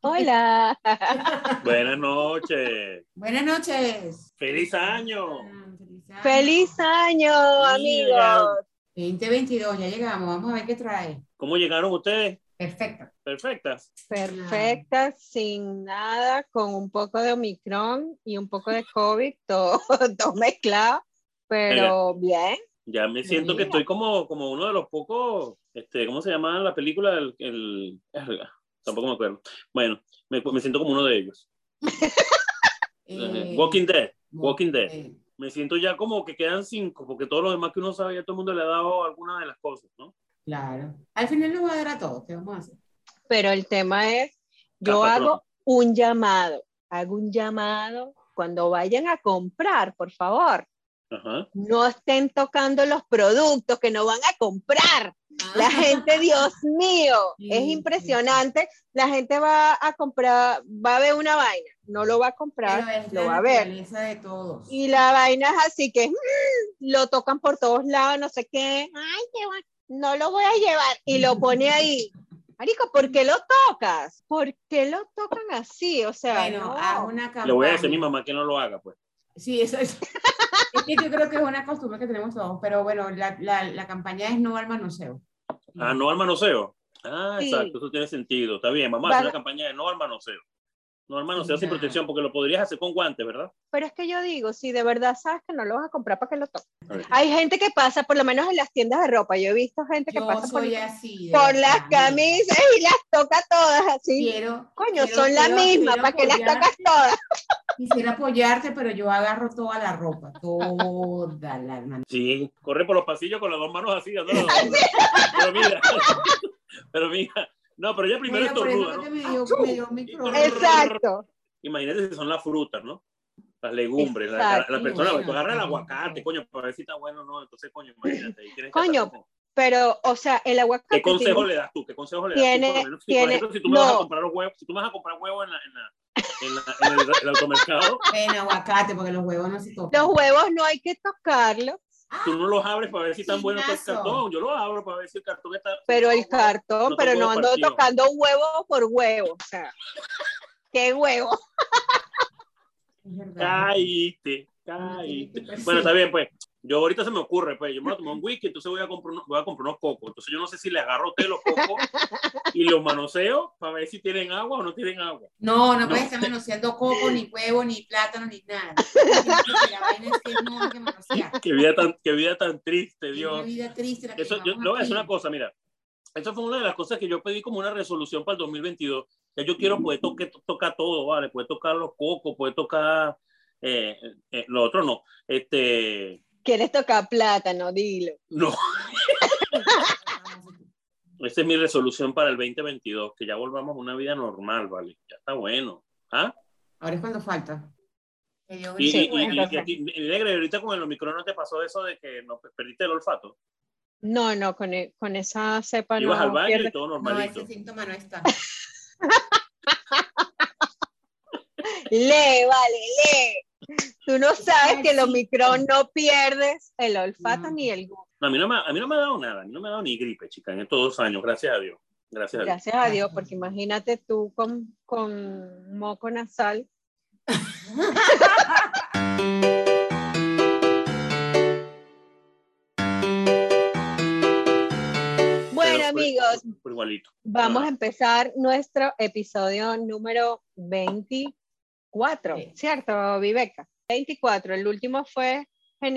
Hola. Buenas noches. Buenas noches. ¡Feliz año! ¡Feliz año, amigos! 2022, ya llegamos. Vamos a ver qué trae. ¿Cómo llegaron ustedes? Perfecto. Perfectas. Perfectas, sin nada, con un poco de Omicron y un poco de COVID, todo mezclado, pero bien. Ya me siento que estoy como uno de los pocos, ¿cómo se llama la película? Tampoco me acuerdo. Bueno, me siento como uno de ellos. Walking Dead. Walking Dead. Me siento ya como que quedan 5, porque todos los demás que uno sabe, ya todo el mundo le ha dado alguna de las cosas, ¿no? Claro. Al final nos va a dar a todos. ¿Qué vamos a hacer? Pero el tema es, yo hago un llamado cuando vayan a comprar, por favor. Ajá. No estén tocando los productos que no van a comprar. La gente, Dios mío, es impresionante. La gente va a comprar, va a ver una vaina, no lo va a comprar, lo va a ver. De todos. Y la vaina es así que lo tocan por todos lados, no sé qué. Ay, no lo voy a llevar. Y lo pone ahí. Marico, ¿por qué lo tocas? ¿Por qué lo tocan así? O sea, bueno, no. haz una campaña. Le voy a decir a mi mamá que no lo haga, pues. Sí, eso es. Es que yo creo que es una costumbre que tenemos todos, pero bueno, la campaña es no al manoseo. Ah, no al manoseo. Ah, Sí. exacto, eso tiene sentido. Está bien, vamos a hacer una campaña de no al manoseo. No, hermano, sea sin protección, porque lo podrías hacer con guantes, ¿verdad? Pero es que yo digo, si de verdad sabes que no lo vas a comprar, ¿para qué lo toques? Hay gente que pasa, por lo menos en las tiendas de ropa, yo he visto gente que pasa por las camisas y las toca todas así. Son las mismas, ¿para qué las tocas todas? Quisiera apoyarte, pero yo agarro toda la ropa, toda la... Sí, corre por los pasillos con las dos manos así, ¿no? Pero mira, no, pero ella primero estornuda, ¿no? Exacto. Imagínate si son las frutas, ¿no? Las legumbres, la persona, tú agarra el aguacate, coño, para ver si está bueno o no, entonces, coño, imagínate. Coño, pero, o sea, el aguacate... ¿Qué consejo le das tú? ¿Qué consejo le das tú? Por lo menos, por ejemplo, si tú me vas a comprar los huevos, si tú me vas a comprar huevos en el automercado. En aguacate, porque los huevos no se tocan. Los huevos no hay que tocarlos. Tú no los abres para ver si están buenos el cartón. Yo los abro para ver si el cartón está... Pero el cartón, pero no ando tocando huevo por huevo. O sea, ¿qué huevo? Caíste. Bueno, está bien, pues. Yo ahorita se me ocurre, pues, yo me voy a tomar un whisky, entonces voy a comprar unos cocos. Entonces yo no sé si le agarro a ustedes los cocos y los manoseo para ver si tienen agua o no tienen agua. No puedes estar manoseando coco, ni huevo, ni plátano, ni nada. La vaina es que no hay que manosear. Qué vida tan triste, Dios. Qué vida triste. Eso, yo le voy a decir una cosa, mira. Esa fue una de las cosas que yo pedí como una resolución para el 2022. Ya yo quiero poder tocar todo, ¿vale? Poder tocar los cocos, poder tocar... lo otro no. ¿Quieres tocar plátano? Dilo. No. Esa es mi resolución para el 2022, que ya volvamos a una vida normal, ¿vale? Ya está bueno. ¿Ah? Ahora es cuando falta. Y Negre, ahorita con el Omicron, ¿no te pasó eso de que no perdiste el olfato? No, con esa cepa ibas al baño y todo normalito. No, ese síntoma no está. Lee. Tú no sabes que el Omicron no pierdes el olfato ni el gusto. No, a mí no me ha dado nada, a mí no me ha dado ni gripe, chica, en estos 2 años, gracias a Dios. Gracias a Dios, porque imagínate tú con moco nasal. Bueno, amigos, vamos a empezar nuestro episodio número 24, ¿cierto, Viveca? 24, el último fue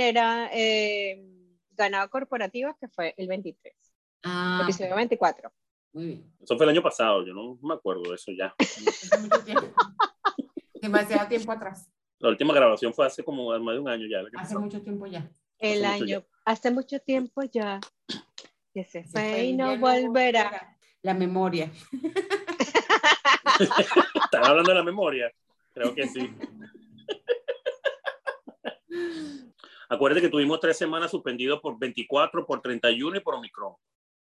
ganado corporativo, que fue el 23. Episodio 24. Muy bien. Eso fue el año pasado, yo no me acuerdo de eso ya. Demasiado tiempo atrás. La última grabación fue hace como más de un año ya. Hace mucho tiempo ya. Hace mucho tiempo ya. Que se fue y no volverá. La memoria. ¿Están hablando de la memoria? Creo que sí. Acuérdate que tuvimos 3 semanas suspendidos por 24, por 31 y por Omicron.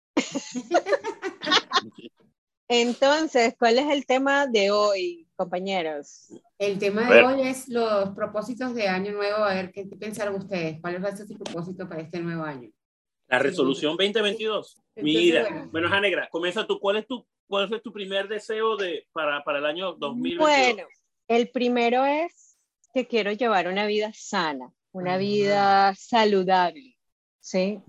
Entonces, ¿cuál es el tema de hoy, compañeros? El tema de hoy es los propósitos de año nuevo. A ver, ¿qué pensaron ustedes? ¿Cuál va a ser su propósito para este nuevo año? La resolución 2022. Mira, bueno, Negra, comienza tú. ¿Cuál es tu primer deseo para el año 2022? Bueno, el primero es que quiero llevar una vida sana, una vida saludable, ¿sí?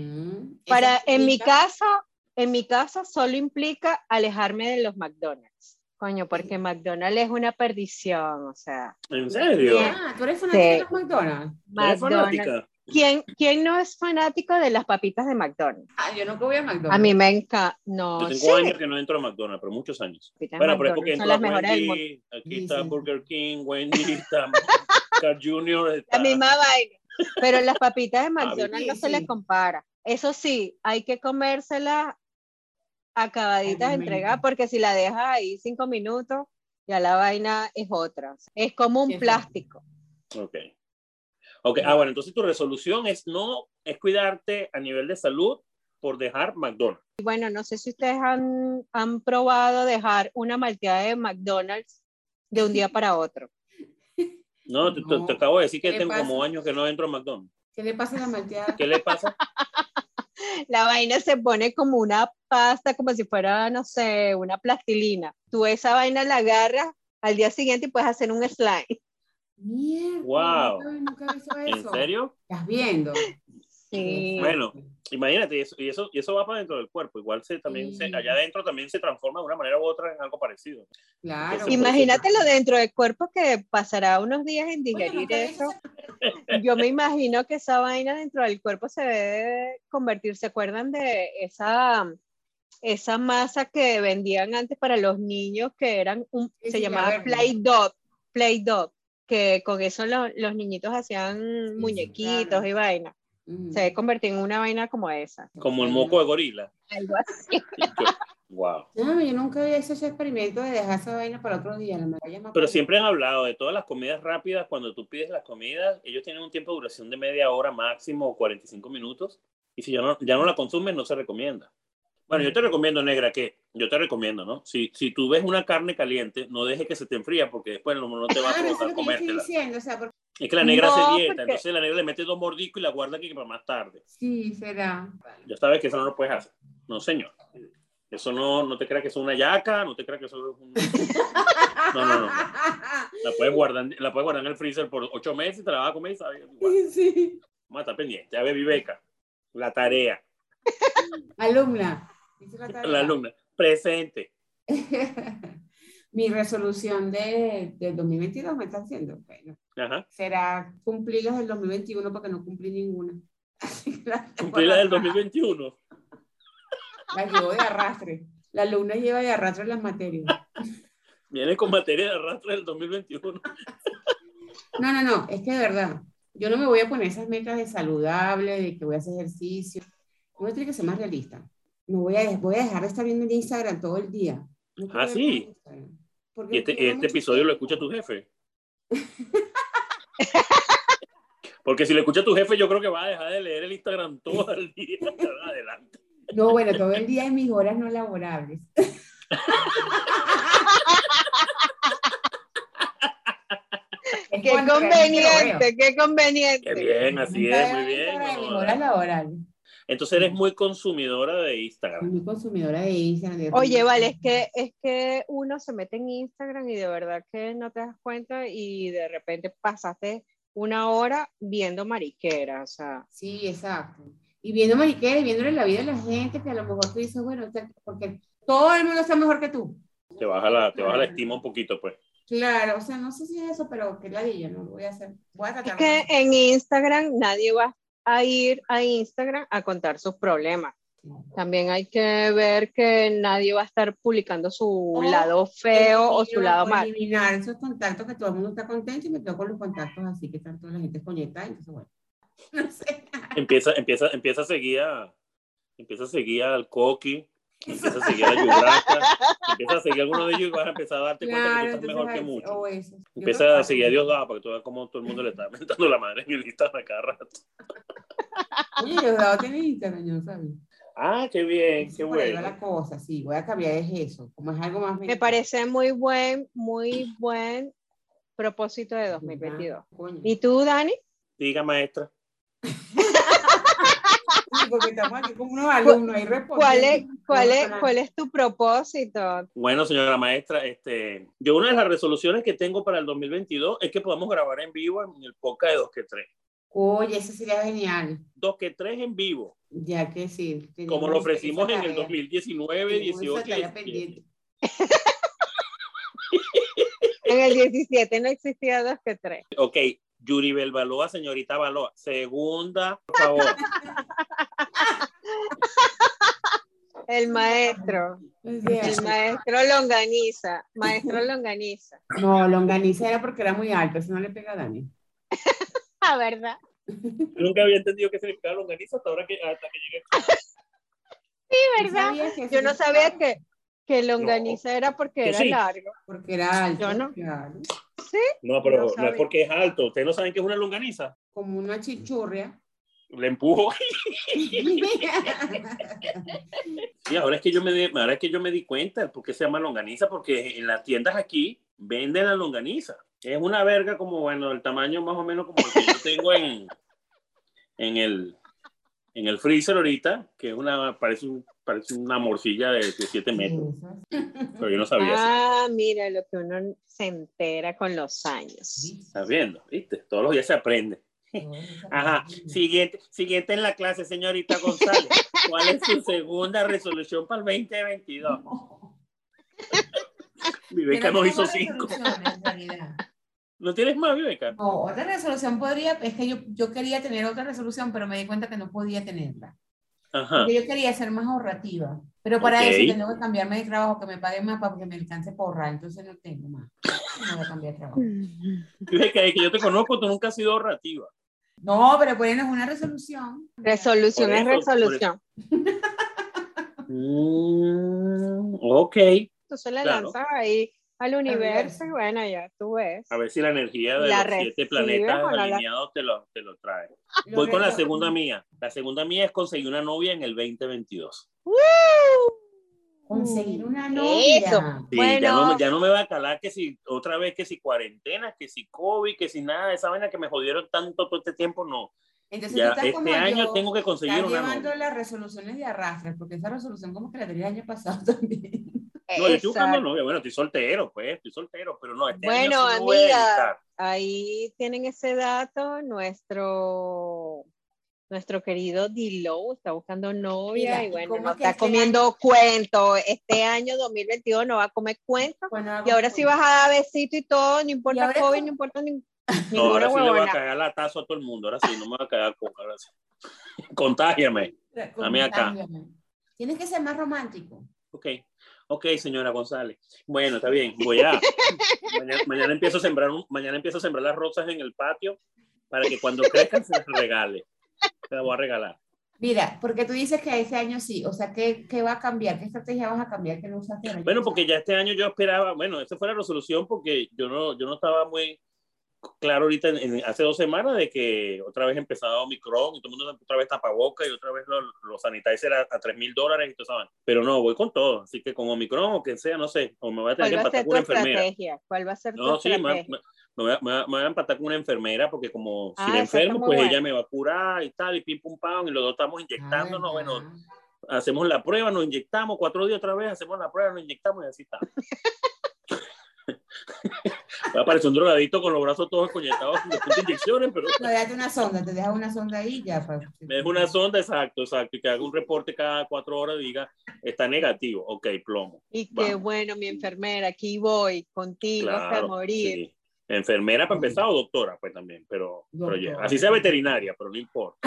En mi casa solo implica alejarme de los McDonald's. Coño, porque McDonald's es una perdición, o sea. ¿En serio? ¿Tú eres fanática de los McDonald's? ¿Eres fanática? ¿Quién no es fanático de las papitas de McDonald's? Yo nunca voy a McDonald's. A mí me encanta. No, yo tengo años que no entro a McDonald's, pero muchos años. Bueno, pero es porque son las mejores del mundo. Aquí está Burger King, Wendy, está Carl Jr. Está... La misma vaina. Pero las papitas de McDonald's no se les compara. Eso sí, hay que comérselas acabaditas, entregadas, porque si la dejas ahí 5 minutos, ya la vaina es otra. Es como un plástico. Ok, bueno, entonces tu resolución es cuidarte a nivel de salud por dejar McDonald's. Bueno, no sé si ustedes han probado dejar una malteada de McDonald's de un día para otro. No, te acabo de decir que tengo como años que no entro a McDonald's. ¿Qué le pasa a la malteada? ¿Qué le pasa? La vaina se pone como una pasta, como si fuera, no sé, una plastilina. Tú esa vaina la agarras al día siguiente y puedes hacer un slime. Mierda, wow. Nunca he visto eso. ¿En serio? ¿Estás viendo? Sí. Bueno, imagínate, y eso va para dentro del cuerpo. Igual allá adentro también se transforma de una manera u otra en algo parecido. Claro. Entonces, imagínatelo dentro del cuerpo que pasará unos días en digerir eso. Yo me imagino que esa vaina dentro del cuerpo se debe convertir. ¿Se acuerdan de esa masa que vendían antes para los niños que eran se llamaba Play-Doh, que con eso los niñitos hacían muñequitos claro. Y vaina. Se debe convertir en una vaina como esa. Como el moco de gorila. Algo así. Wow. No, yo nunca había hecho ese experimento de dejar esa vaina para otro día. Pero siempre han hablado de todas las comidas rápidas. Cuando tú pides las comidas, ellos tienen un tiempo de duración de media hora máximo o 45 minutos. Y si ya no la consumes, no se recomienda. Bueno, yo te recomiendo, Negra, ¿no? Si tú ves una carne caliente, no dejes que se te enfríe porque después no te va a provocar comértela. Es que la Negra hace dieta, entonces la Negra le mete 2 mordiscos y la guarda aquí para más tarde. Sí, será. Ya sabes que eso no lo puedes hacer. No, señor. Eso no te creas que es una yaca, no te creas que eso es un... No. La puedes guardar en el freezer por 8 meses y te la vas a comer y sabes igual. Sí. Vamos a estar pendiente. A ver, Viveca, la tarea. Alumna. La alumna. Presente. Mi resolución del 2022 me está haciendo. Bueno, ajá. Será cumplirlas del 2021 porque no cumplí ninguna. ¿Cumplirlas del 2021? La llevo de arrastre. La alumna lleva de arrastre las materias. Viene con materia de arrastre del 2021. No, es que de verdad, yo no me voy a poner esas metas de saludable, de que voy a hacer ejercicio. Uno tiene que ser más realista. No voy a dejar de estar viendo en Instagram todo el día. No sí. ¿Y este episodio lo escucha tu jefe? Porque si lo escucha tu jefe, yo creo que va a dejar de leer el Instagram todo el día. Adelante. No, bueno, todo el día en mis horas no laborables. Qué conveniente. Qué bien, así es, muy bien. En mis horas laborales. Entonces eres muy consumidora de Instagram. Muy consumidora de Instagram. Oye, vale, es que uno se mete en Instagram y de verdad que no te das cuenta y de repente pasaste 1 hora viendo mariquera, o sea. Sí, exacto. Y viendo mariquera y viéndole la vida a la gente que a lo mejor tú dices, bueno, porque todo el mundo está mejor que tú. Te baja la estima un poquito, pues. Claro, o sea, no sé si es eso, pero que ladilla, no lo voy a hacer. Voy a tratar es que en Instagram nadie va a ir a Instagram a contar sus problemas. También hay que ver que nadie va a estar publicando su lado feo o su lado mal. Eliminar esos contactos que todo el mundo está contento y me quedo con los contactos así que están toda la gente conectada, entonces bueno, no sé. Empieza a seguir al Coqui, empieza a seguir a Yuraka, empieza a seguir a alguno de ellos y vas a empezar a darte cuenta que tú estás mejor que mucho. Empieza a seguir a Diosdado para que tú veas cómo todo el mundo le está mentando la madre en el Instagram a cada rato. Oye, Diosdado tiene Instagram, yo no sabía. Ah, qué bien, qué bueno. La cosa, sí, voy a cambiar eso, como es algo más... Me parece muy buen propósito de 2022. ¿Y tú, Dani? Diga, maestra. porque estamos aquí como unos alumnos ahí respondiendo. ¿Cuál es tu propósito? Bueno, señora maestra, yo una de las resoluciones que tengo para el 2022 es que podamos grabar en vivo en el podcast de 2 que 3. Oye, eso sería genial. 2 que 3 en vivo. Ya que sí. Como lo ofrecimos en el 2019, 18 y 17. En el 17 no existía 2 que 3. Ok, Yuribel Baloa, señorita Baloa. Segunda, por favor. El maestro. El maestro Longaniza. Maestro Longaniza. No, Longaniza era porque era muy alto, eso no le pega a Dani. Ah, ¿verdad? Yo nunca había entendido qué significaba longaniza hasta que llegué. Sí, ¿verdad? Yo no sabía que longaniza era porque era largo. Porque era alto. Yo no. Claro. Sí. No, pero no es porque es alto. ¿Ustedes no saben qué es una longaniza? Como una chichurria. Le empujo. Sí, ahora es que yo me di cuenta por qué se llama longaniza, porque en las tiendas aquí venden la longaniza. Es una verga como, bueno, el tamaño más o menos como el que yo tengo en el freezer ahorita, que es parece una morcilla de 7 metros. Pero yo no sabía. Ah, mira lo que uno se entera con los años. ¿Estás viendo? ¿Viste? Todos los días se aprende. Ajá. Siguiente en la clase, señorita González. ¿Cuál es su segunda resolución para el 2022? Viveca nos hizo 5. ¿No tienes más, Viveca? No, otra resolución es que yo quería tener otra resolución, pero me di cuenta que no podía tenerla. Ajá. Porque yo quería ser más ahorrativa. Pero para eso tengo que cambiarme de trabajo, que me paguen más para que me alcance por ahorrar. Entonces no tengo más. No voy a cambiar de trabajo. Viveca, que yo te conozco, tú nunca has sido ahorrativa. No, pero bueno, es una resolución. Resolución es resolución. Ok. Tú se la lanzas ahí al universo y bueno, ya tú ves. A ver si la energía de los 7 planetas alineados te lo trae. Voy con la segunda mía. La segunda mía es conseguir una novia en el 2022. Conseguir una novia. Eso. Sí, bueno. ya no me va a calar que si otra vez que si cuarentena, que si COVID, que si nada de esa vaina que me jodieron tanto todo este tiempo, no. Entonces ya este año tengo que conseguir una novia. Estás llevando las resoluciones de arrastre, porque esa resolución como que la tenía el año pasado también. No, yo estoy buscando novia. Bueno, estoy soltero, pero no, este año sí amiga, voy a dedicar. Ahí tienen ese dato, nuestro querido D-Lo está buscando novia. Mira, y bueno, no está comiendo cuentos. Este año 2022 no va a comer cuentos. Bueno, y ahora sí vas a dar besito y todo, no importa COVID, no importa ninguna ahora sí le voy a cagar latazo a todo el mundo. Ahora sí, no me va a cagar con. Ahora sí. Contágiame. Dame acá. Tienes que ser más romántico. Ok, señora González. Bueno, está bien. Mañana empiezo a sembrar las rosas en el patio para que cuando crezcan se las regale. Te las voy a regalar. Mira, porque tú dices que ese año sí, o sea, ¿qué va a cambiar? ¿Qué estrategia vas a cambiar que no usaste el año? Bueno, porque ya este año yo esperaba, bueno, esa fue la resolución porque yo no estaba muy claro ahorita hace 2 semanas de que otra vez empezaba Omicron y todo el mundo otra vez tapaboca y otra vez los sanitizers a $3,000 y todo eso. Pero no, voy con todo, así que con Omicron o quien sea, no sé, o me voy a tener que empatar con una enfermera. ¿Cuál va a ser tu estrategia? Me voy a empatar con una enfermera porque como si me enfermo, pues ella me va a curar y tal, y pim pum pam, y los dos estamos inyectándonos, bueno, hacemos la prueba, nos inyectamos, 4 días otra vez, hacemos la prueba, nos inyectamos y así está. Va a aparecer un drogadito con los brazos todos coñetados de inyecciones, pero... No, date una sonda, te dejas una sonda ahí ya. Me dejo una sonda, exacto, y que haga un reporte cada 4 horas y diga, está negativo, ok, plomo. Y qué bueno, mi enfermera, aquí voy contigo hasta morir. Sí. Enfermera para empezar o doctora, pues también, pero ya, así sea veterinaria, pero no importa.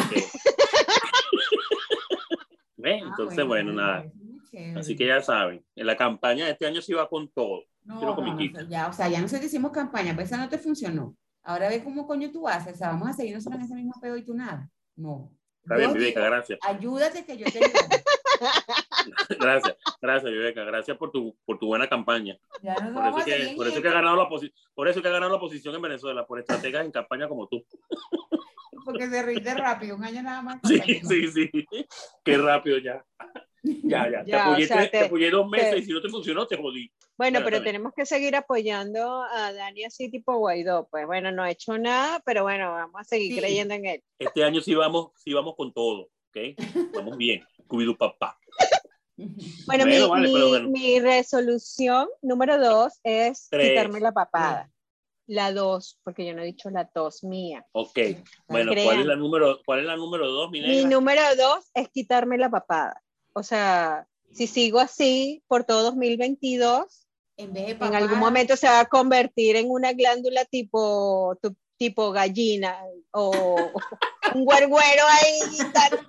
Entonces, bueno, nada. Así que ya saben, en la campaña de este año sí va con todo. Ya, o sea, ya nosotros hicimos campaña, pero esa no te funcionó. Ahora ve cómo coño tú haces, o sea, vamos a seguir nosotros en ese mismo pedo y tú nada. No. Está bien, Viveca, gracias. Ayúdate que yo te ayudo. Gracias, Viveca, gracias por tu buena campaña. Por eso que ha ganado la posición en Venezuela, por estrategas en campaña como tú. Porque se rinde rápido, un año nada más. Sí. Qué rápido ya. Ya. Te apoyé 2 meses y si no te funcionó, te jodí. Bueno, pero tenemos que seguir apoyando a Dani así tipo Guaidó. Pues bueno, no ha hecho nada, pero bueno, vamos a seguir creyendo en él. Este año sí vamos con todo, ¿ok? Vamos bien. Cubidu papá. Bueno, mi resolución número 2 es 3. Quitarme la papada. La 2, porque yo no he dicho la tos mía. Ok. Bueno, ¿cuál es la número 2, mi negra? Mi número 2 es quitarme la papada. O sea, si sigo así por todo 2022, en algún momento se va a convertir en una glándula tipo gallina o un güerguero ahí.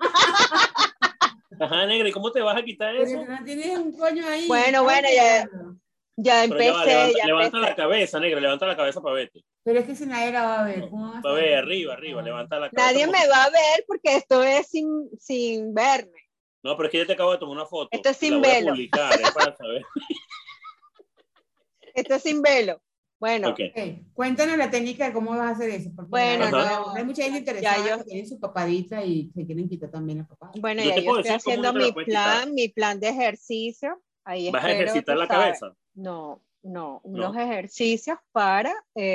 Ajá, negra, ¿y cómo te vas a quitar eso? No tienes un coño ahí. Bueno, ya empecé. Levanta la cabeza, negra, levanta la cabeza para verte. Pero es que si nadie la va a ver. Para ver, arriba, levanta la cabeza. Nadie me va a ver porque esto es sin verme. No, pero es que yo te acabo de tomar una foto. Esto es sin velo. Para saber. Esto es sin velo. Bueno. Okay. Cuéntanos la técnica de cómo vas a hacer eso. Bueno, hay mucha gente interesada que tienen su papadita y se quieren quitar también la papada. Bueno, ya yo estoy haciendo mi plan de ejercicio. Ahí ¿vas a ejercitar la cabeza? No, unos ejercicios para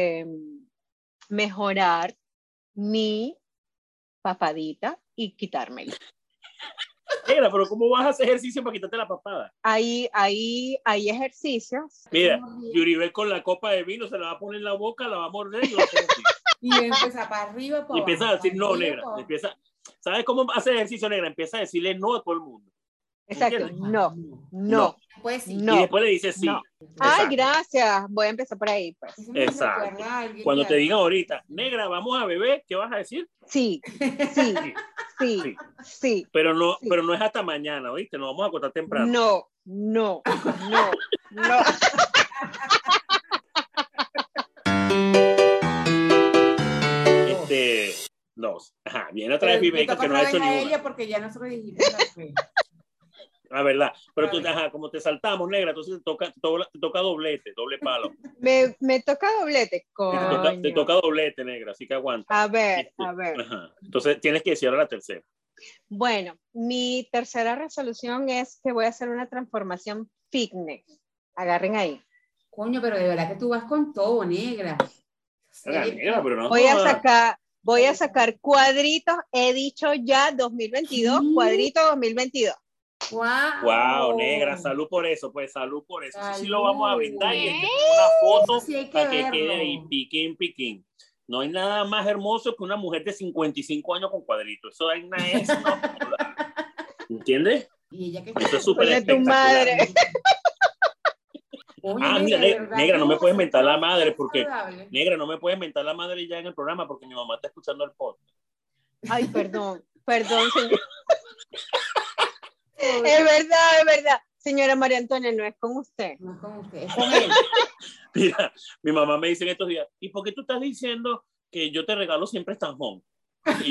mejorar mi papadita y quitármela. Negra, pero ¿cómo vas a hacer ejercicio para quitarte la papada? Hay ejercicios. Mira, Yuribel con la copa de vino se la va a poner en la boca, la va a morder y va a hacer así. Y empieza para arriba, y empieza a decir no, negra. ¿Sabes cómo hace ejercicio, negra? Empieza a decirle no a todo el mundo. Exacto, no. Pues sí. Y después le dice sí. No. Ay, gracias. Voy a empezar por ahí, pues. Exacto. Cuando te digan ahorita, negra, vamos a beber, ¿qué vas a decir? Sí. Pero no es hasta mañana, ¿oíste? Nos vamos a acostar temprano. No. Dos. Ajá, viene otra vez Viveca que no ha hecho ninguna. Ella porque ya nosotros dijimos la verdad, pero tú, como te saltamos, negra, entonces te toca doblete, doble palo. Me toca doblete, te toca doblete, negra, así que aguanta. A ver. Ajá. Entonces tienes que decir ahora la tercera. Bueno, mi tercera resolución es que voy a hacer una transformación fitness. Agarren ahí. Coño, pero de verdad que tú vas con todo, negra. Negra, pero no. Voy a sacar cuadritos, he dicho ya 2022, cuadrito 2022. Wow, negra, salud por eso, salud por eso. Eso sí lo vamos a brindar y una foto para que quede ahí, piquín. No hay nada más hermoso que una mujer de 55 años con cuadritos. Eso hay ¿entiendes? Y ella que eso es súper espectacular. Tu madre. Mira, negra, no me puedes mentar la madre porque negra, no me puedes mentar la madre ya en el programa porque mi mamá está escuchando el podcast. Ay, perdón, señor. Es verdad. Señora María Antonia, no es con usted. No es con usted, es con él. Mira, mi mamá me dice en estos días, ¿y por qué tú estás diciendo que yo te regalo siempre Stanjón? Y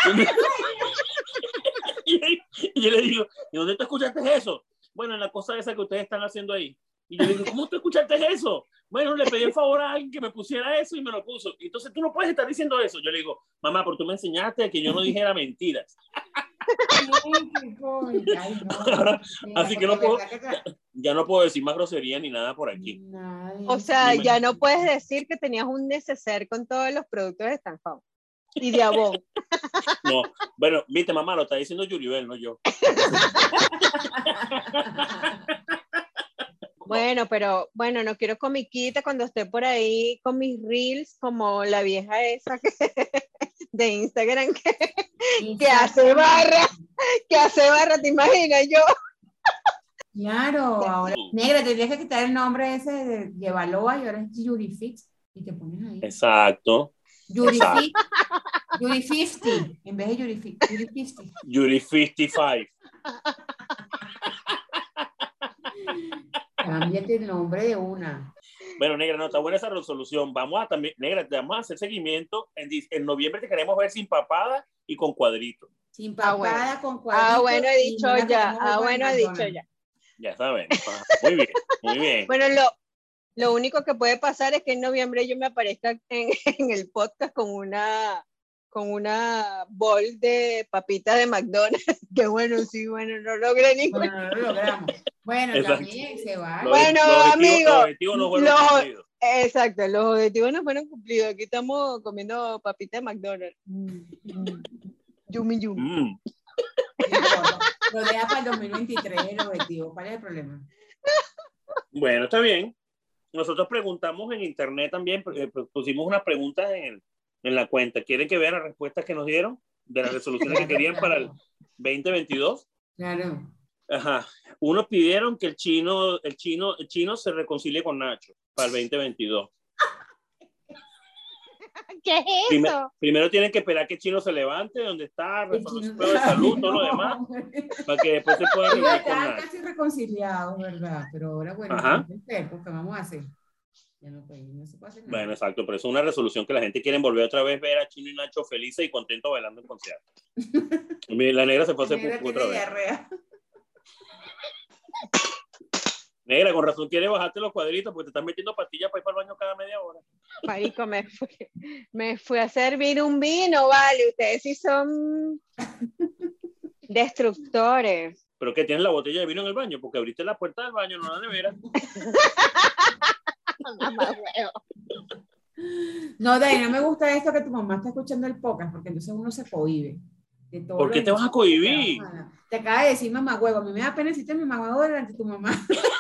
yo le digo, ¿y dónde tú escuchaste eso? Bueno, en la cosa esa que ustedes están haciendo ahí. Y yo le digo, ¿cómo tú escuchaste eso? Bueno, le pedí el favor a alguien que me pusiera eso y me lo puso. Y entonces tú no puedes estar diciendo eso. Yo le digo, mamá, pero tú me enseñaste que yo no dijera mentiras. Así que ya no puedo decir más grosería ni nada por aquí. O sea, ya no puedes decir que tenías un neceser con todos los productos de Stanford y de Avon. No, bueno, viste, mamá, lo está diciendo Yuribel, no yo. Bueno, pero no quiero comiquita cuando esté por ahí con mis reels como la vieja esa de Instagram que hace barra, ¿te imaginas yo? Claro, ahora, negra, tendrías que quitar el nombre ese de Yevaloa y ahora es Yurifix y te pones ahí. Exacto. Yurifix, Yuri 50, en vez de Yuri 50. Yuri 55. Cámbiate el nombre de una. Bueno, negra, no, está buena esa resolución. Vamos a hacer seguimiento. En noviembre te queremos ver sin papada y con cuadrito. Sin papada, con cuadrito. Bueno, he dicho ya. Ya saben. Muy bien. Bueno, lo único que puede pasar es que en noviembre yo me aparezca en el podcast con una bol de papitas de McDonald's. Que no logré ningún. No lo logramos. Bueno, exacto. También se va. Bueno, amigos. Los objetivos no fueron cumplidos. Exacto, los objetivos no fueron cumplidos. Aquí estamos comiendo papitas de McDonald's. Yumi. Lo deja para el 2023 el objetivo. ¿Cuál es el problema? Bueno, está bien. Nosotros preguntamos en internet también, pusimos unas preguntas en la cuenta. ¿Quieren que vean las respuestas que nos dieron de las resoluciones que querían para el 2022? Claro. Ajá. Unos pidieron que el chino se reconcilie con Nacho para el 2022. ¿Qué es eso? Primero tienen que esperar que el chino se levante, donde está, resolver su problema de salud, todo lo demás, para que después se pueda reunir con Nacho. Casi reconciliados, ¿verdad? Pero ahora, bueno, ¿qué vamos a hacer? Ya no se puede hacer nada. Bueno, exacto, pero es una resolución que la gente quiere volver otra vez ver a Chino y Nacho felices y contentos bailando en concierto. La negra se fue a hacer pupú otra vez. Negra, con razón quiere bajarte los cuadritos porque te están metiendo pastillas para ir para el baño cada media hora. Marico, me fui a servir un vino, vale. Ustedes sí son destructores. ¿Pero qué tienes la botella de vino en el baño? Porque abriste la puerta del baño, no la nevera. No, Dai, no me gusta esto que tu mamá está escuchando el podcast, porque entonces uno se cohíbe. ¿Por qué te vas a cohibir? Te acaba de decir mamá huevo. A mí me da pena decirte mi mamá huevo delante de tu mamá.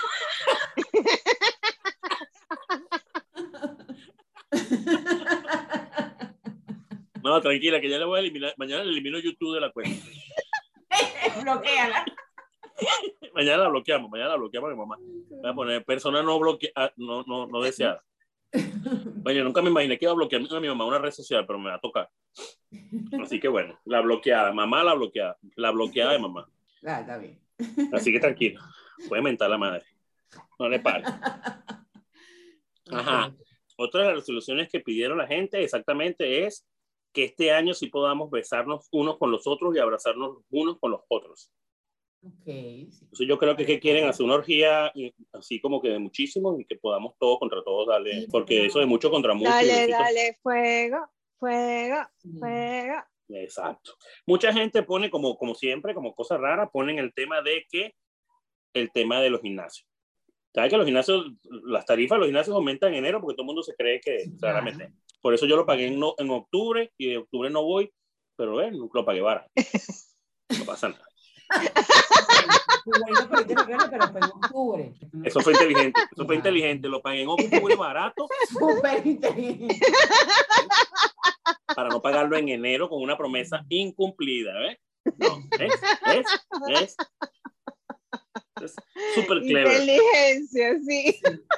No, tranquila, que ya le voy a eliminar. Mañana le elimino YouTube de la cuenta. Bloquéala. Mañana la bloqueamos a mi mamá. Voy a poner persona no deseada. Bueno, nunca me imaginé que iba a bloquear a mi mamá una red social, pero me va a tocar. Así que bueno, la bloqueada, mamá la bloqueada de mamá. Está bien. Así que tranquilo, puede mentar la madre. No le pare. Ajá. Otra de las resoluciones que pidieron la gente exactamente es que este año sí podamos besarnos unos con los otros y abrazarnos unos con los otros. Okay, sí. Entonces yo creo que quieren hacer una orgía así como que de muchísimos y que podamos todos contra todos darle, porque eso de mucho contra mucho. Dale, fuego. Exacto. Mucha gente pone como siempre, como cosa rara, ponen el tema de los gimnasios. ¿Sabes que los gimnasios, las tarifas de los gimnasios aumentan en enero porque todo el mundo se cree que se van a meter? Por eso yo lo pagué en octubre y de octubre no voy, pero lo pagué barato. No pasa nada. Eso fue inteligente, lo pagué en octubre barato. Súper inteligente. Para no pagarlo en enero con una promesa incumplida, ¿ves? No, ¿ves? Es súper clever. Inteligencia, sí.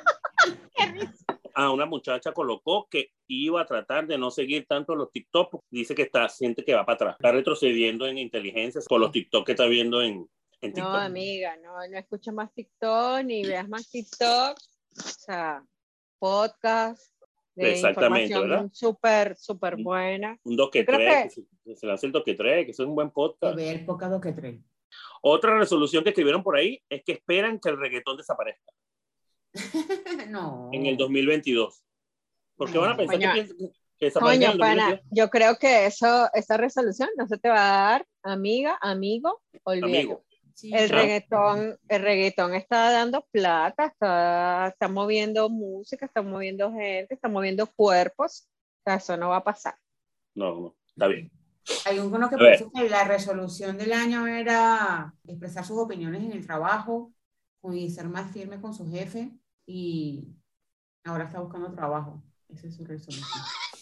Una muchacha colocó que iba a tratar de no seguir tanto los TikTok. Dice que siente que va para atrás. Está retrocediendo en inteligencia por los TikTok que está viendo en TikTok. No, amiga, no escuches más TikTok ni veas más TikTok. O sea, podcast de información súper buena. Un Doque3, que se lance el Doque3, que es un buen podcast. Ver podcast Doque3. Otra resolución que escribieron por ahí es que esperan que el reggaetón desaparezca. No. En el 2022. ¿Por qué van a pensar que desaparezca en el 2022? Yo creo que esa resolución no se te va a dar, amiga, amigo, olvídalo. Sí, el reggaetón está dando plata, está moviendo música, está moviendo gente, está moviendo cuerpos. O sea, eso no va a pasar. No, está bien. Hay uno que puso que la resolución del año era expresar sus opiniones en el trabajo y ser más firme con su jefe, y ahora está buscando trabajo. Esa es su resolución.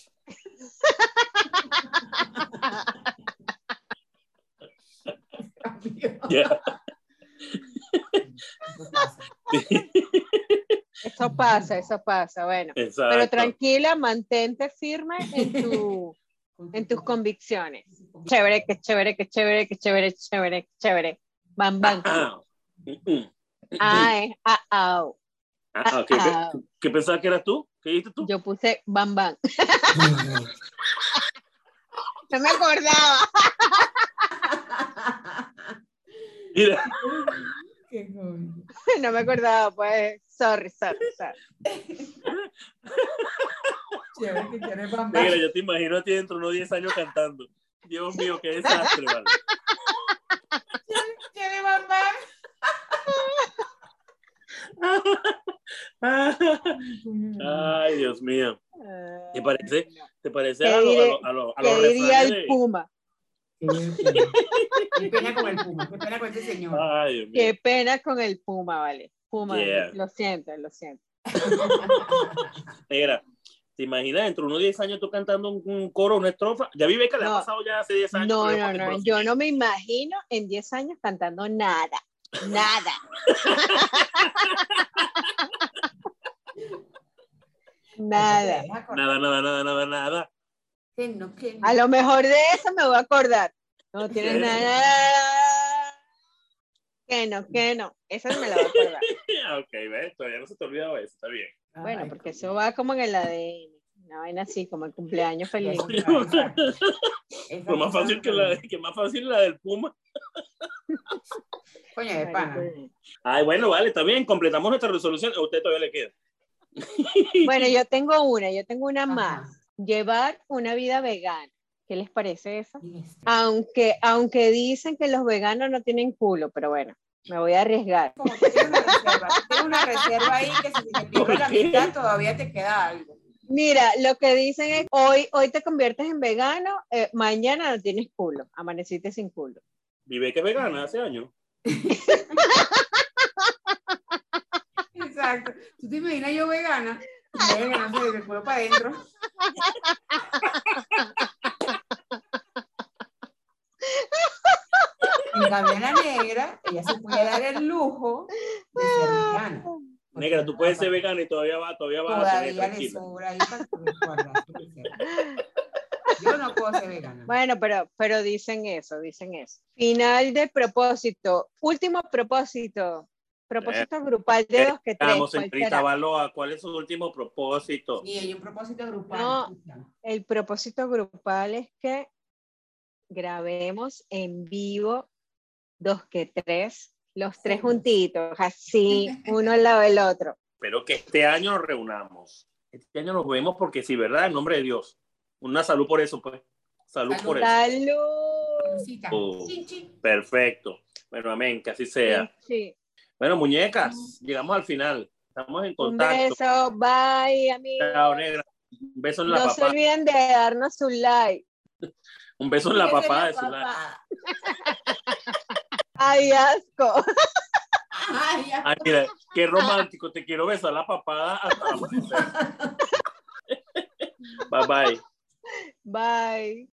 Yeah. Eso pasa, bueno. Exacto. Pero tranquila, mantente firme en tus convicciones. Chévere. Bam, bam. ¿Qué pensabas que eras tú? ¿Qué dijiste tú? Yo puse bam, bam. No me acordaba. Mira. No me acordaba, pues. Sorry. Mira, yo te imagino a ti dentro de unos 10 años cantando. Dios mío, qué desastre, vale. ¿Quiere mamá? Ay, Dios mío. ¿Te parece? ¿Te parece a los diría el refranes Puma? Qué pena con el Puma, qué pena con ese señor. Ay, Dios mío. Qué pena con el Puma, vale. Puma, Yeah. lo siento. Negra, ¿te imaginas dentro de unos 10 años tú cantando un coro, una estrofa? Ya vive que le ha pasado ya hace 10 años. No, yo no me imagino en 10 años cantando nada. Nada. Nada. Nada. Que no. A lo mejor de eso me voy a acordar. No tienes nada. Que no. Esa me la voy a acordar. Ok, ¿ves? Todavía no se te ha olvidado eso, está bien. Bueno, porque eso va como en el ADN. Una vaina así, como el cumpleaños feliz. Fue más fácil más fácil la del Puma. Coño de pana. Ay, bueno, vale, está bien, completamos nuestra resolución. A usted todavía le queda. Bueno, yo tengo una más. Llevar una vida vegana. ¿Qué les parece eso? Aunque dicen que los veganos no tienen culo, pero bueno, me voy a arriesgar. Como que tienes una reserva ahí que si te pierdes la mitad todavía te queda algo. Mira, lo que dicen es, hoy te conviertes en vegano, mañana no tienes culo, amaneciste sin culo. Vive que es vegana hace años. Exacto. ¿Tú te imaginas yo vegana? No sé, me puedo para adentro. En cambio, la negra, ella se puede dar el lujo de ser vegana. Negra, tú puedes ser vegana y todavía vas a tener tranquila. Le sobra ahí para que yo no puedo ser vegana. Bueno, pero dicen eso. Final de propósito. Último propósito. Propósito grupal de 2 que 3. Vamos, señorita Baloa, ¿cuál es su último propósito? Sí, hay un propósito grupal. No, el propósito grupal es que grabemos en vivo 2 que 3, los 3 juntitos, así, uno al lado del otro. Pero que este año nos reunamos. Este año nos vemos porque sí, ¿verdad? En nombre de Dios. Una salud por eso, pues. Salud por eso. ¡Salud! Perfecto. Bueno, amén, que así sea. Sí. Bueno, muñecas, llegamos al final. Estamos en contacto. Un beso, bye, amigos. Chao, negra. Un beso en la papada. No se olviden de darnos un like. Un beso en la papada de su like. ¡Ay, asco! Ay, mira, qué romántico. Te quiero besar la papada hasta la amanecer. Bye, bye. Bye.